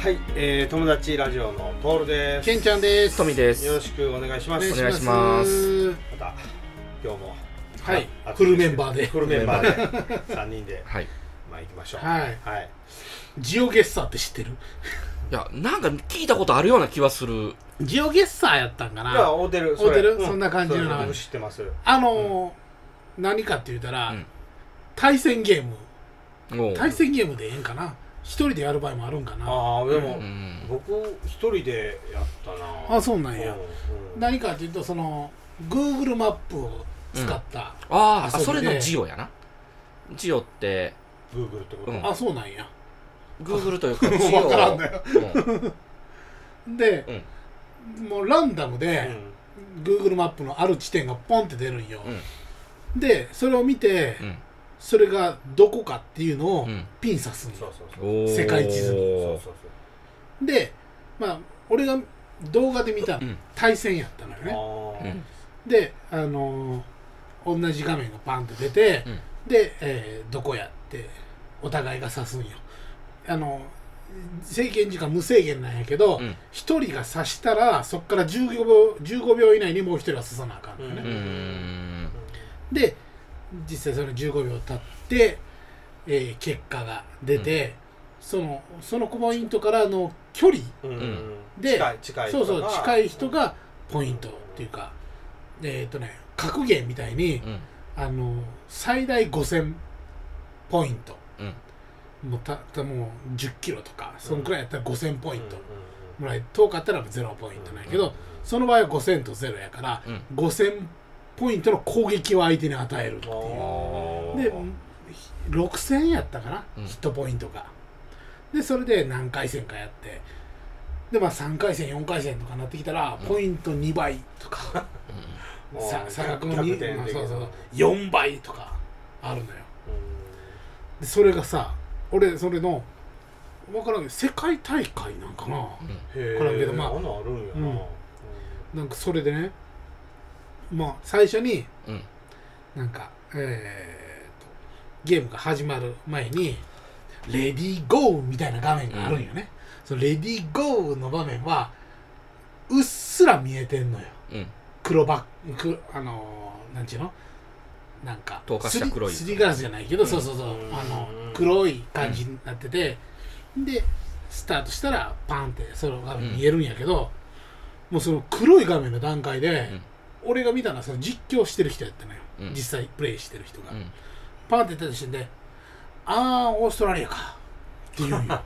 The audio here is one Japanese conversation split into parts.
はい、友達ラジオのトールです。 ケンちゃんです。 トミです。 よろしくお願いします。 お願いします。 また今日もはいフルメンバーで 3人ではいまあ行きましょう。 はい。ジオゲッサーって知ってる？ いや、なんか聞いたことあるような気はする。 ジオゲッサーやったんかな。 いや、オーテル、 そんな感じの僕知ってます。 何かって言ったら、対戦ゲームでええんかな。一人でやる場合もあるんかな。 ああ、でも、僕一人でやったな。 あ、そうなんや。何かっていうと、その Google マップを使ったあ、それのジオやな。ジオって Google ってこと？ あ、そうなんや。 Google というかジオ分からんだよ。で、もうランダムで Google マップのある地点がポンって出るんよ。で、それを見て、それがどこかっていうのをピン刺すんよ。世界地図に。で、まあ俺が動画で見た対戦やったのよね。で、同じ画面がパンって出て、で、どこやってお互いが刺すんよ。制限時間無制限なんやけど、1人が刺したらそこから15秒以内にもう1人は刺さなあかんのよね。で、実際その15秒経って、結果が出て、そのポイントからの距離で、近い人がポイントっていうか、格ゲーみたいに、最大5000ポイント、もう10キロとかそのくらいやったら5000ポイントぐらい、遠かったら0ポイントなんやけど、その場合は5000と0やから、5000ポイントの攻撃を相手に与えるっていう。で6000やったかな、ヒットポイントが。でそれで何回戦かやって、でまあ3回戦4回戦とかなってきたら、ポイント2倍とか、差額の4倍とかあるのよ。でそれがさ、俺それの分からんけど世界大会なんかな、分からんけど、まあなんかそれでね、まあ最初になんかゲームが始まる前にレディーゴーみたいな画面があるんよね。そのレディーゴーの場面はうっすら見えてんのよ。黒なんちゅうの、なんか透過した黒いすりガラスじゃないけど、黒い感じになってて、でスタートしたらパンってその画面見えるんやけど、もうその黒い画面の段階で、俺が見たのはその実況してる人やったのよ。実際プレイしてる人が、パンって言った時点で、あーオーストラリアかって言うんよ。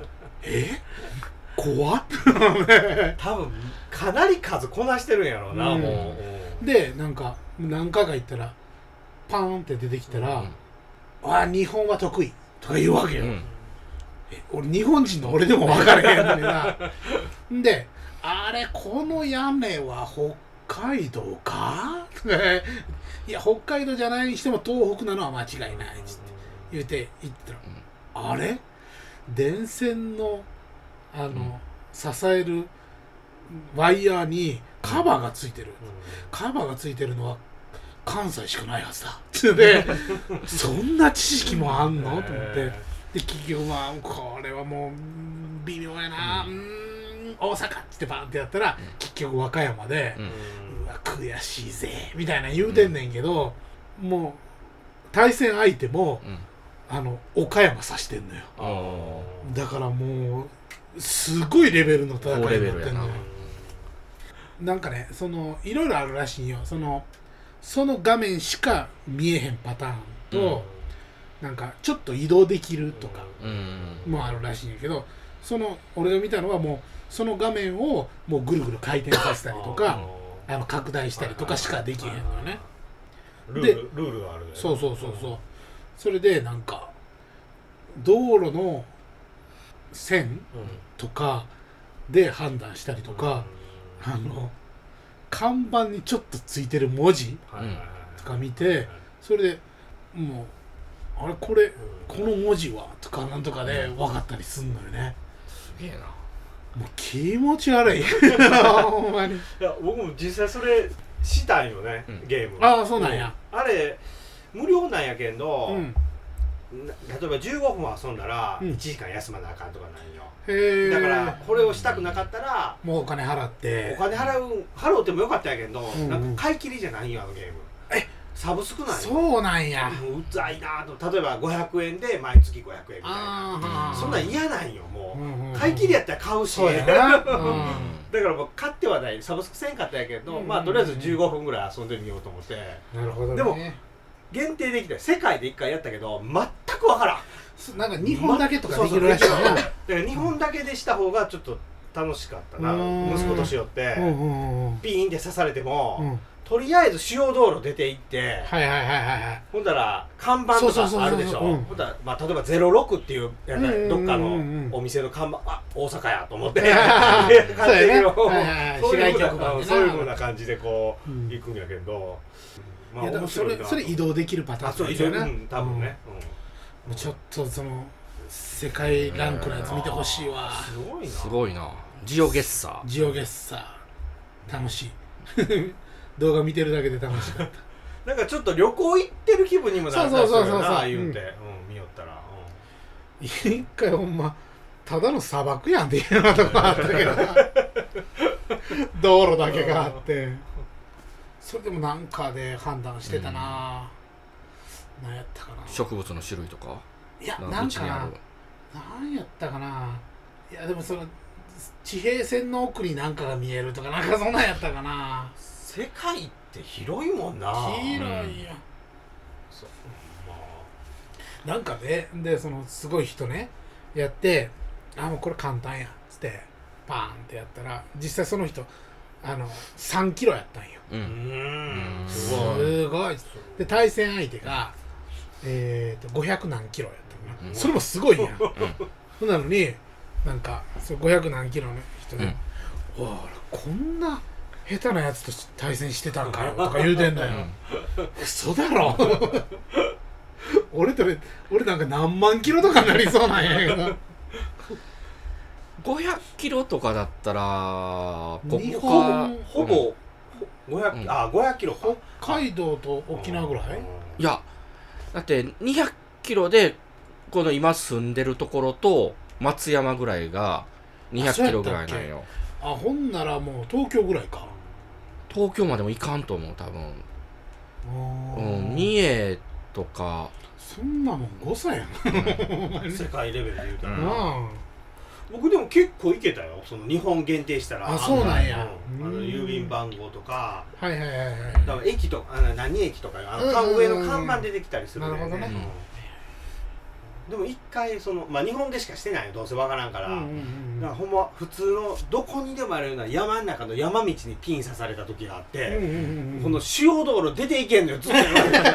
怖っ多分かなり数こなしてるんやろうな、もう。でなんか何回か言ったらパーンって出てきたら、日本は得意とか言うわけよ。俺日本人の俺でも分からへんのにな。で、あれこの屋根は北海道かいや北海道じゃないにしても東北なのは間違いないっつって言ったら、あれ電線の支えるワイヤーにカバーがついてる、カバーがついてるのは関西しかないはずだってそんな知識もあんのと思って、で結局まあこれはもう微妙やな、大阪ってバーンってやったら、結局和歌山で、うわ悔しいぜみたいな言うてんねんけど、もう対戦相手も、岡山指してんのよ。だからもうすごいレベルの戦いになってんのよ。なんかね、いろいろあるらしいよ。その画面しか見えへんパターンと、なんかちょっと移動できるとかもあるらしいんやけど、俺が見たのはもうその画面をもうぐるぐる回転させたりとか拡大したりとかしかできへんのよね。 ルールがあるね。 そう。それでなんか道路の線とかで判断したりとか、看板にちょっとついてる文字とか見て、それでもうあれこの文字はとかなんとかで分かったりすんのよね。 すげえな。 もう気持ち悪いほんまに。いや僕も実際それしたんよね、ゲーム。 ああそうなんや。 あれ無料なんやけど、 例えば15分遊んだらうん 1時間休まなあかんとかないよ、 へえ。 だからこれをしたくなかったらもうお金払ってお金払うてもよかったんやけど、 んうんなんか買い切りじゃないよあのゲーム。サブスクなんよ。 そうなんや。 もううざいなと。例えば500円で毎月500円みたいな。 ああ。 そんなん嫌なんよもう、 うんうんうん買い切りやったら買うし。 そうやな。 だからもう買ってはないサブスクせんかったんやけど、 うんまあとりあえず15分ぐらい遊んでみようと思ってなるほどね。 でも限定できた。世界で1回やったけど全くわからん。 なんか日本だけとかできるらしいな。 そうだから日本だけでした方がちょっと楽しかったな。 うん息子年寄ってうんうんうんピーンって刺されても、 うん。 とりあえず主要道路出て行って、 はいはいはいはいはい。 ほんだら看板とかあるでしょ。 そうそうそうそううんほんだら、まあ、例えば06っていうやつうんうんうんうんどっかのお店の看板、あ、大阪やと思ってそうや買っていくのそうやねそういう市外局番でなそういう風な感じでこう、 うん行くんやけど、まあいやだから面白いなそれ移動できるパターンあ、そう移動、 だよな。 うん多分ね、 もうちょっとその世界ランクのやつ見てほしいわ。 すごいな。 すごいな。ジオゲッサー。 ジオゲッサー楽しい。動画見てるだけで楽しかった。 なんかちょっと旅行行ってる気分にもなるそうそうそうそうな言うて、見よったら、 一回ほんまただの砂漠やんっていうようなとこあったけどな道路だけがあってそれでもなんかで判断してたな、何やったかな。 植物の種類とか。 いや道なんかなにある。 何やったかな。いやでもその地平線の奥に何かが見えるとかなんかそんなんやったかな。 世界って広いもんな。 広いよ、 そうなんかねでそのすごい人ねやってもうこれ簡単やっつってパーンってやったら実際その人3キロやったんよ。 うんすすごい。 ごいで対戦相手が500何キロやったかな、 うんそれもすごいやんそんなのになんかそれ500何キロの人で、うわ俺こんな下手なやつと対戦してたんかよとか言うてんだよ、嘘だろ俺なんか何万キロとかになりそうなんやけど 500キロとかだったらこ日こ本かほぼ500、500キロか。 北海道と沖縄ぐらい、 いやだって200キロでこの今住んでるところと松山ぐらいが200キロぐらいなんよ。 ほんならもう東京ぐらいか。 東京までも行かんと思う多分。三重とかそんなもん誤差やん世界レベルで言うたら、 な僕でも結構行けたよ。その日本限定したら。 そうなんや。 郵便番号とか、 はいはいはいはい。 だから駅とか何駅とか上の看板出てきたりするんだよね。 なるほどねでも一回日本でしかしてないよ。どうせわからんから。だからほんま普通のどこにでもあるような山の中の山道にピン刺された時があって、この主要道路出ていけんのよずっと言われて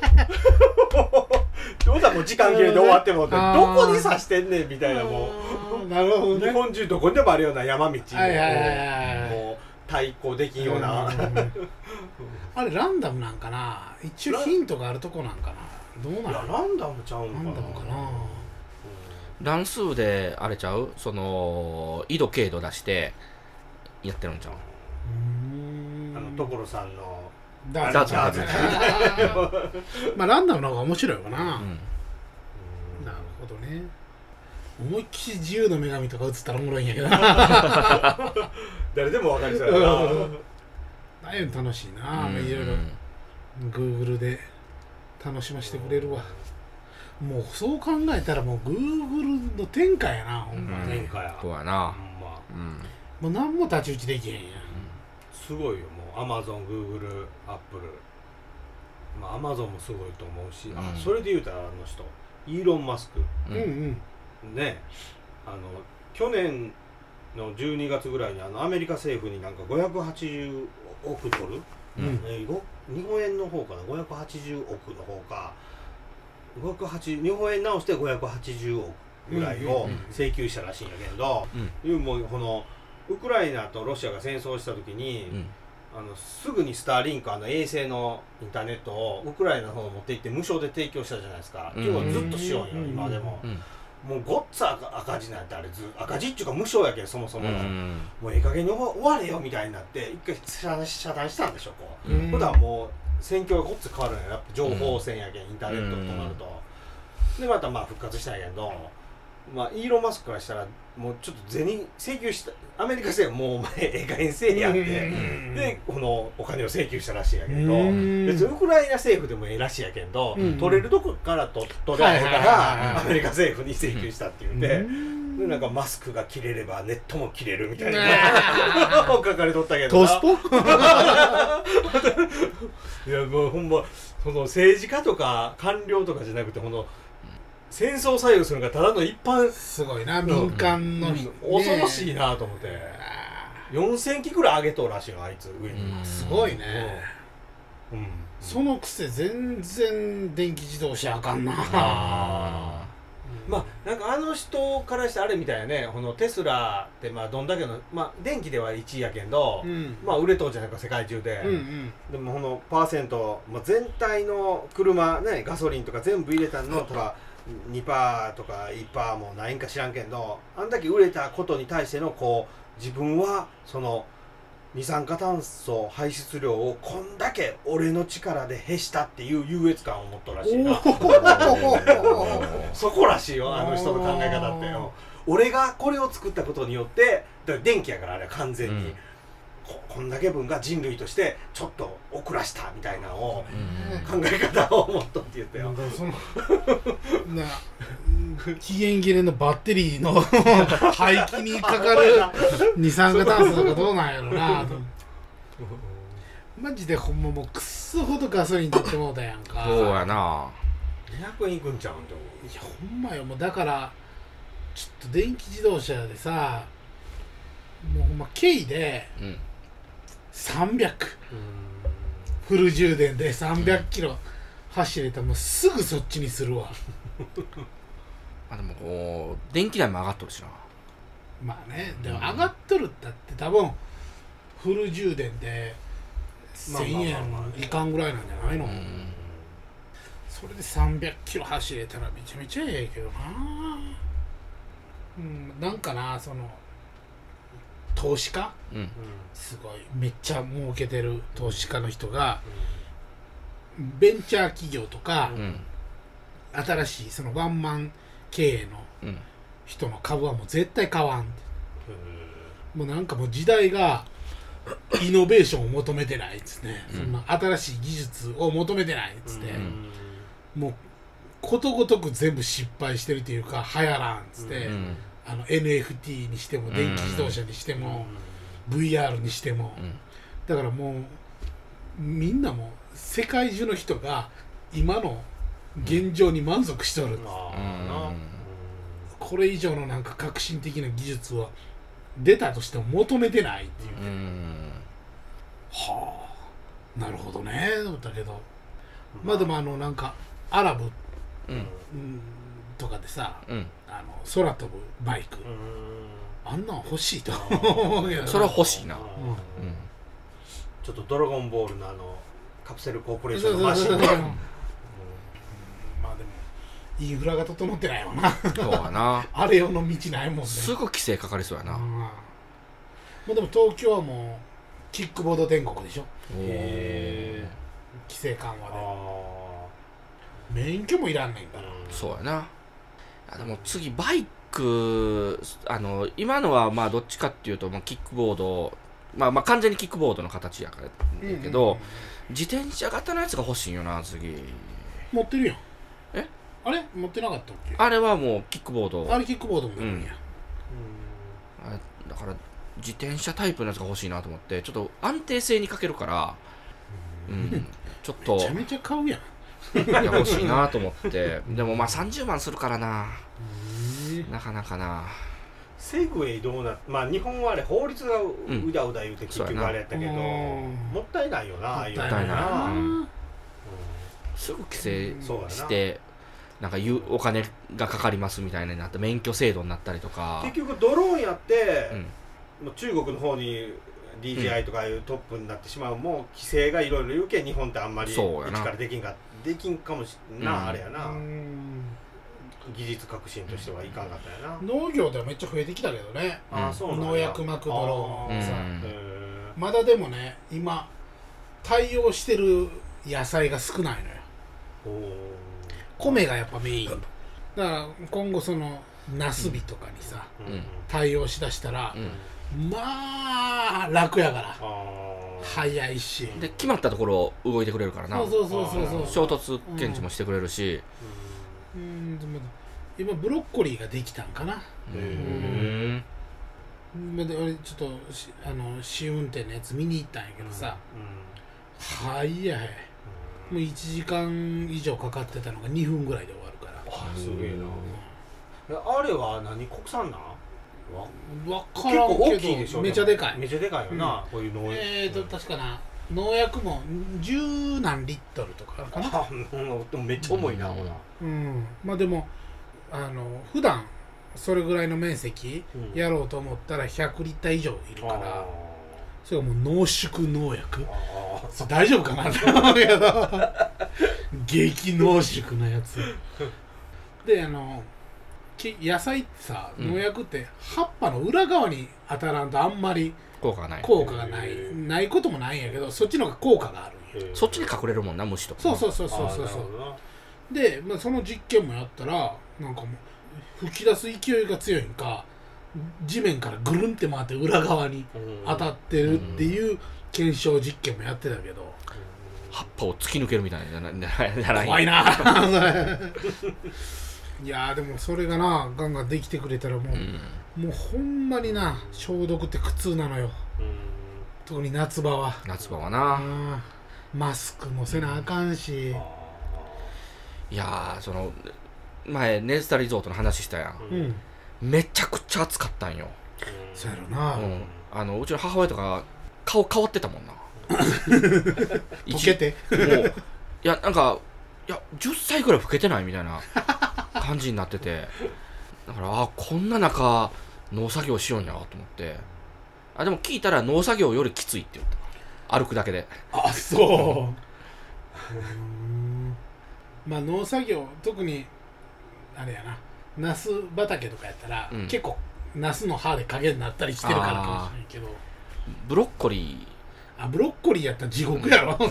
どうだもう時間切れで終わってもってどこに刺してんねんみたいな。もうなるほどね。 日本中どこにでもあるような山道はいはいはいはいもう対抗できんような。 あれランダムなんかな。一応ヒントがあるとこなんかな。どうなんいやランダムちゃうんかな。 ランダムかな。 乱数であれちゃうその緯度経度出してやってるんちゃう。 所さんのダーツまあランダムの方が面白いわな。 うんなるほどね。思いっきり自由の女神とか映ったらおもろいんやけどな。 誰でも分かりそうやな。 ああいうの楽しいな。いろいろ Google で楽しませてくれるわ。もうそう考えたらもう Google の天下やな、ほんまに。 天下や。 そうやな。 もう何も太刀打ちできへんやん。 すごいよ。もう Amazon、Google、Apple。まあ Amazon もすごいと思うし、それで言うたらあの人イーロン・マスク。ね、去年の12月ぐらいにアメリカ政府になんか580億ドル、日本円の方かな、580億の方か、日本円直して580億ぐらいを請求したらしいんやけど、もうこのウクライナとロシアが戦争した時に、すぐにスターリンク衛星のインターネットをウクライナの方に持って行って無償で提供したじゃないですか。要はずっとしようよ、今でも。もうごっつ赤字なんて、あれ赤字っていうか無償やけん、そもそももうええ加減に終われよみたいになって一回遮断したんでしょ。こうほんだらもう戦況がごっつ変わるんや。やっぱ情報戦やけん、インターネットとなると。 でまたまあ復活したんやけど、まあイーロン・マスクからしたらもうちょっと銭請求したアメリカ政府もうお前加減せえやってでこのお金を請求したらしいんやけど、別にウクライナ政府でもええらしいやけど、取れるとこから取れないからアメリカ政府に請求したって言ってでなんかマスクが切れればネットも切れるみたいな書かれとったけどトースポいやもうほんまその政治家とか官僚とかじゃなくてこの戦争左右するのがただの一般すごいな民間の人、 恐ろしいなと思って4000機くらい上げとるらしいのあいつ上にすごいね、そのくせ全然電気自動車あかんなまあなんかあの人からしてあれみたいなねこのテスラってまあどんだけのまあ電気では1位やけど、まあ売れとうじゃないか世界中で、でもこのパーセント、まあ、全体の車ねガソリンとか全部入れたのとか2% とか 1% もないんか知らんけどあんだけ売れたことに対してのこう自分はその二酸化炭素排出量をこんだけ俺の力で減したっていう優越感を持ったらしいなそこらしいよあの人の考え方ってよ俺がこれを作ったことによってだから電気やからあれは完全に、こんだけ分が人類としてちょっと遅らしたみたいなのを考え方を持っとって言ったよ、 そのな期限切れのバッテリーの排気にかかる二酸化炭素とかどうなんやろなとマジでほんまもうくっそほどガソリン取ってもうたやんかそうやな 200円いくんちゃうんと思ういやほんまよもうだからちょっと電気自動車でさもうほんま軽で300フル充電で300キロ走れたらもうすぐそっちにするわでもこう電気代も上がっとるしなまあねでも上がっとるったって多分フル充電で1000円いかんぐらいなんじゃないの、それで300キロ走れたらめちゃめちゃええけどななんかなその投資家、すごいめっちゃ儲けてる投資家の人が、ベンチャー企業とか、新しいそのワンマン経営の人の株はもう絶対買わんって、もうなんかもう時代がイノベーションを求めてないっつってね、そんな新しい技術を求めてないっつって、もうことごとく全部失敗してるというか流行らんっつって、NFT にしても電気自動車にしても、VR にしても、だからもうみんなもう世界中の人が今の現状に満足しとる、これ以上のなんか革新的な技術は出たとしても求めてないっていう、はあなるほどねと思ったけど、まあでもなんかアラブ、とかでさ、空飛ぶバイク、あんなん欲しいと思うけどそれは欲しいな、 ちょっとドラゴンボールのカプセルコーポレーションのマシンでまあでもインフラが整ってないわなそうやなあれ用の道ないもんねすぐ規制かかりそうやな、 まあでも東京はもうキックボード天国でしょ規制緩和で免許もいらんねんから、 そうやなでも次バイク今のはまあどっちかっていうと、キックボードまあ完全にキックボードの形やからだけど、自転車型のやつが欲しいよな次持ってるやんえあれ持ってなかったっけあれはもうキックボードあれキックボードもなんや、 だから自転車タイプのやつが欲しいなと思ってちょっと安定性に欠けるから、ちょっとめちゃめちゃ買うやんいや欲しいなと思ってでもまあ30万するからななかなかなセグウェイどうなまあ日本はあれ法律がうだうだ言うて結局あれやったけど、もったいないよなああいうのもったいない、すぐ規制してなんかお金がかかりますみたいになって免許制度になったりとか結局ドローンやって、もう中国の方に DJI とかいうトップになってしまう、もう規制がいろいろ言うけん日本ってあんまり一からできんかもしんな、あれやな技術革新としてはいかんかったやな、 農業ではめっちゃ増えてきたけどね、農薬まくドローンさ、まだでもね今対応してる野菜が少ないのよ。米がやっぱメインだから今後そのナスビとかにさ、 うん対応しだしたら、 うんまあ楽やから早いし、 で決まったところを動いてくれるからな。 そうそう衝突検知もしてくれるし、 でも今ブロッコリーができたんかな。で俺ちょっと試運転のやつ見に行ったんやけどさ、早いもう1時間以上かかってたのが2分ぐらいで終わるから。 すげえな。あれは何国産なん？ 分からんけど結構大きいでしょ。 めちゃでかい。 めちゃでかいよな、こういう農確かな農薬も10何リットルとかあるかな。 でもめっちゃ重いな、ほら。 まあでも普段それぐらいの面積やろうと思ったら100リッター以上いるから、それがもう濃縮農薬大丈夫かなって思うけど激濃縮なやつで野菜ってさ、農薬って葉っぱの裏側に当たらんとあんまり効果がないこともないんやけど、そっちの方が効果があるんや。 そっちに隠れるもんな、虫とか。 そうで、まあ、その実験もやったらなんかもう吹き出す勢いが強いんか地面からぐるんって回って裏側に当たってるっていう検証実験もやってたけど、 葉っぱを突き抜けるみたいな怖いな。いやでもそれがなガンガンできてくれたらもうほんまにな消毒って苦痛なのよ。特に夏場はな。 マスクもせなあかんし。 いやその前ネズタリゾートの話したやん、めちゃくちゃ暑かったんよ。 そうやろな。 うちの母親とか顔変わってたもんな。 溶けてもういやなんか10歳ぐらい老けてないみたいな感じになってて、だからこんな中農作業しようんやと思って。でも聞いたら農作業よりきついって言った。歩くだけで。まあ農作業特にあれやな、ナス畑とかやったら、結構ナスの葉で影になったりしてるからかもしれないけど、 ブロッコリーやったら地獄やろ。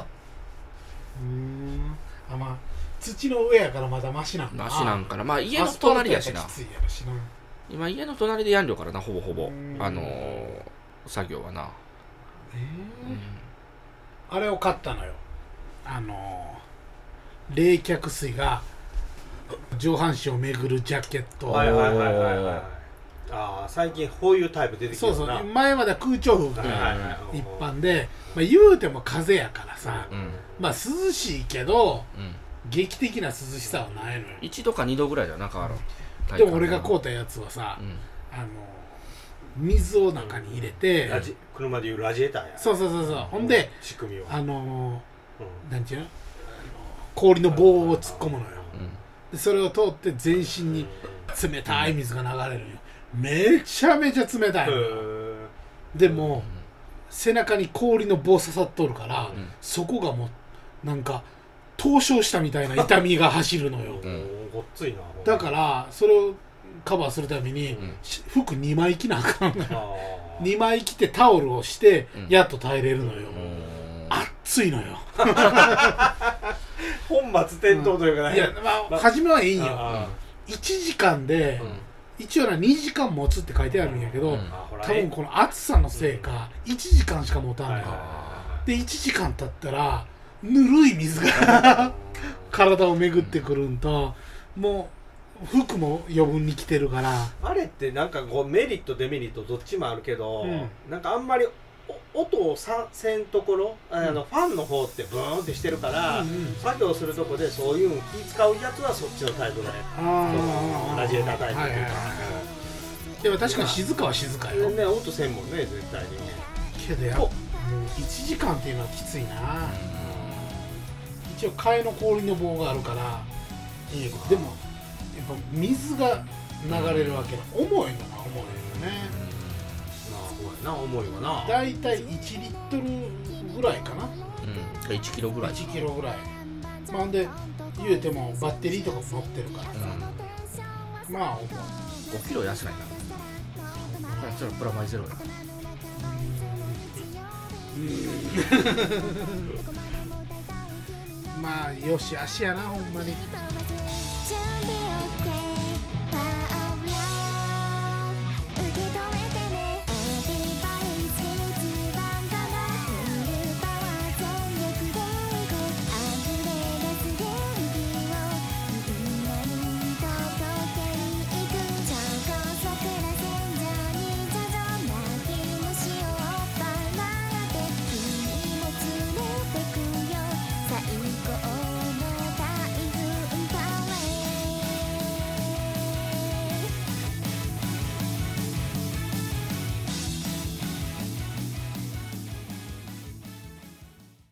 まあ土の上やからまだマシなんかな。まあ家の隣やしな。今家の隣でやんりょからな、ほぼ作業はな。あれを買ったのよ。冷却水が上半身を巡るジャケット。 最近こういうタイプ出てきてるな。 前までは空調服が一般で、言うても風やからさ、まあ涼しいけど、劇的な涼しさはないのよ。 1度か2度ぐらいだよな、 でも俺が買うたやつはさ、水を中に入れて、 車でいうラジエーターや。 そうほんで仕組みをなんていうの、氷の棒を突っ込むのよ。でそれを通って全身に冷たい水が流れるよ。めちゃめちゃ冷たいの。でも背中に氷の棒刺さっとるから、そこがもうなんか凍傷したみたいな痛みが走るのよ。 ごっついな。 だからそれをカバーするために、服2枚着なあかんのよ。2枚着てタオルをしてやっと耐えれるのよ。暑いのよ。 本末転倒というかね。 いや初めはいいんよ。1時間で一応2時間持つって書いてあるんやけど、多分この暑さのせいか1時間しか持たんのよ。で1時間経ったらぬるい水が体を巡ってくるんと、もう服も余分に着てるから。 あれってなんかこうメリットデメリットどっちもあるけど、なんかあんまり音をせんところ、ファンの方ってブーンってしてるから、作業するとこでそういうの気使うやつはそっちのタイプだね。ラジエータータイプっていうか。 でも確かに静かは静かよ。 音せんもんね、絶対に。 けどもう1時間っていうのはきついな。一応替えの氷の棒があるからいいけど、でもやっぱ水が流れるわけだ。重いのが重いよね。 重いわな。 だいたい1リットルぐらいかな。 1キロぐらい。 1キロぐらい。まあで言うてもバッテリーとかも乗ってるからさ。まあ 5キロ安ないな。それプラマイゼロや。 まあよしあしやな、ほんまに。 行